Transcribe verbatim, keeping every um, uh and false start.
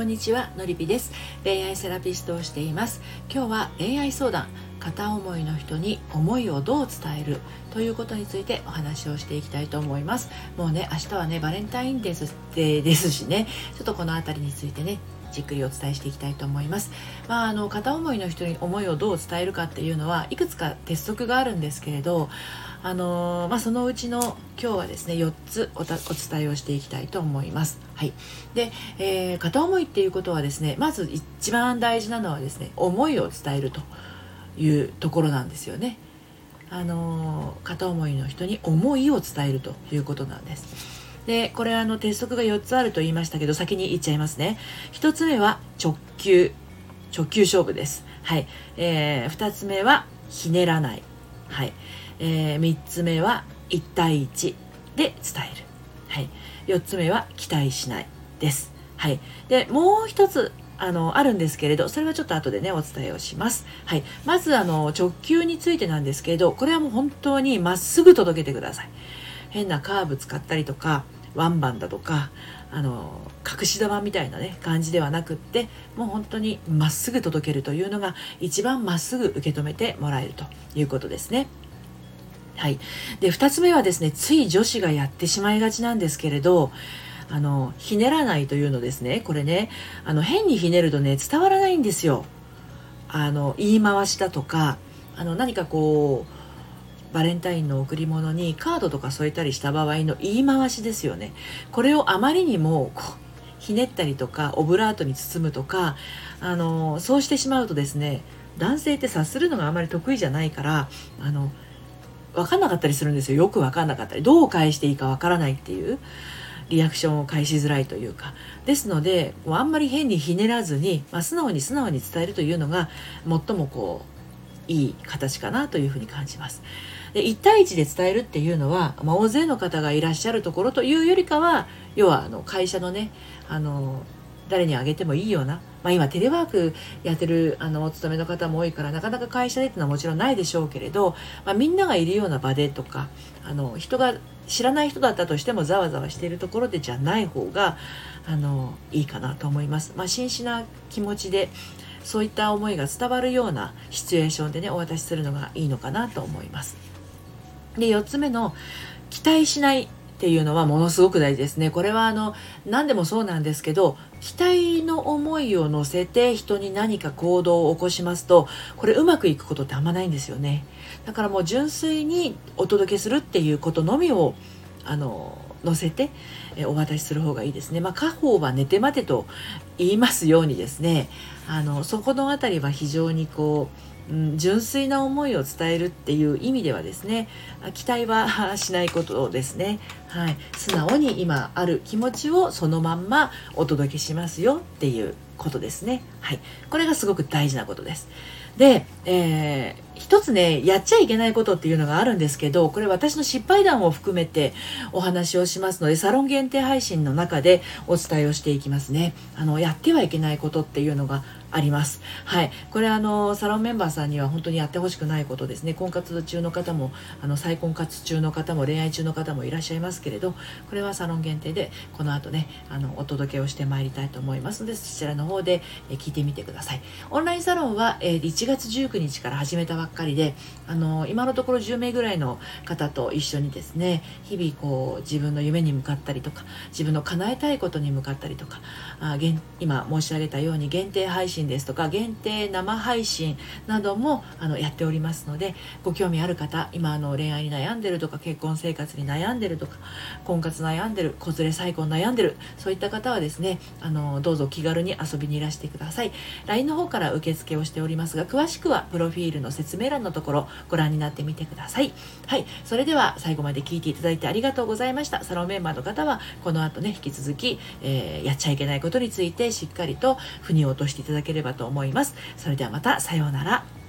こんにちは、のりぴです。恋愛セラピストをしています。今日は恋愛相談、片思いの人に思いをどう伝えるということについてお話をしていきたいと思います。もうね、明日はねバレンタインデーでですしね、ちょっとこのあたりについてねじっくりお伝えしていきたいと思います。まあ、あの片思いの人に思いをどう伝えるかっていうのはいくつか鉄則があるんですけれど、あのーまあ、そのうちの今日はですねよっつ お, たお伝えをしていきたいと思います。はい。で、えー、片思いっていうことはですね、まず一番大事なのはですね、思いを伝えるというところなんですよね。あのー片思いの人に思いを伝えるということなんです。で、これあの鉄則がよっつあると言いましたけど、先に言っちゃいますね。ひとつめは直球直球勝負です。はい。えー、ふたつめはひねらない。はい。えー、みっつめはいち対いちで伝える。はい。よっつめは期待しないです。はい。で、もう一つあのあるんですけれど、それはちょっと後でねお伝えをします。はい。まずあの直球についてなんですけれど、これはもう本当にまっすぐ届けてください。変なカーブ使ったりとかワンバンだとかあの隠し玉みたいなね感じではなくって、もう本当にまっすぐ届けるというのが一番まっすぐ受け止めてもらえるということですね。はい。で、ふたつめはですね、つい女子がやってしまいがちなんですけれど、あのひねらないというのですね。これね、あの変にひねるとね伝わらないんですよ。あの言い回しだとか、あの何かこうバレンタインの贈り物にカードとか添えたりした場合の言い回しですよね。これをあまりにもこうひねったりとかオブラートに包むとか、あのそうしてしまうとですね、男性って察するのがあまり得意じゃないから、あの分かんなかったりするんですよ。よく分かんなかったり、どう返していいか分からないっていうリアクションを返しづらいというか、ですのでもうあんまり変にひねらずに、まあ、素直に素直に伝えるというのが最もこういい形かなというふうに感じます。で、いち対いちで伝えるっていうのは、まあ、大勢の方がいらっしゃるところというよりかは、要はあの会社のね、あの誰にあげてもいいような、まあ、今テレワークやってるあのお勤めの方も多いから、なかなか会社でっていうのはもちろんないでしょうけれど、まあ、みんながいるような場でとか、あの人が知らない人だったとしてもざわざわしているところでじゃない方があのいいかなと思います。まあ、真摯な気持ちでそういった思いが伝わるようなシチュエーションでねお渡しするのがいいのかなと思います。で、よっつめの期待しないっていうのはものすごく大事ですね。これはあの何でもそうなんですけど、期待の思いを乗せて人に何か行動を起こしますと、これうまくいくことってあんまないんですよね。だからもう純粋にお届けするっていうことのみをあの乗せてえお渡しする方がいいですね。まあ、家宝は寝て待てと言いますようにですね、あのそこのあたりは非常にこう、うん、純粋な思いを伝えるっていう意味ではですね、期待はしないことですね。はい、素直に今ある気持ちをそのまんまお届けしますよっていうことですね。はい、これがすごく大事なことです。で、えー、一つねやっちゃいけないことっていうのがあるんですけど、これ私の失敗談を含めてお話をしますので、サロン限定配信の中でお伝えをしていきますね。あのやってはいけないことっていうのがあります。はい、これあのサロンメンバーさんには本当にやってほしくないことですね。婚活中の方もあの再婚活中の方も恋愛中の方もいらっしゃいますけれど、これはサロン限定でこの後ねあのお届けをしてまいりたいと思いますので、そちらの方で聞いてみてください。オンラインサロンはいちがつじゅうくにちから始めたばっかりで、あの今のところじゅうめいぐらいの方と一緒にですね、日々こう自分の夢に向かったりとか、自分の叶えたいことに向かったりとか、あ今申し上げたように限定配信ですとか限定生配信などもあのやっておりますので、ご興味ある方、今あの恋愛に悩んでるとか、結婚生活に悩んでるとか、婚活悩んでる、子連れ再婚悩んでる、そういった方はですね、あのどうぞ気軽に遊びにいらしてください。 ライン の方から受付をしておりますが、詳しくはプロフィールの説明欄のところご覧になってみてください。はい、それでは最後まで聞いていただいてありがとうございました。サロンメンバーの方はこの後ね引き続き、えー、やっちゃいけないことについてしっかりと腑に落としていただければと思います。それではまた、さようなら。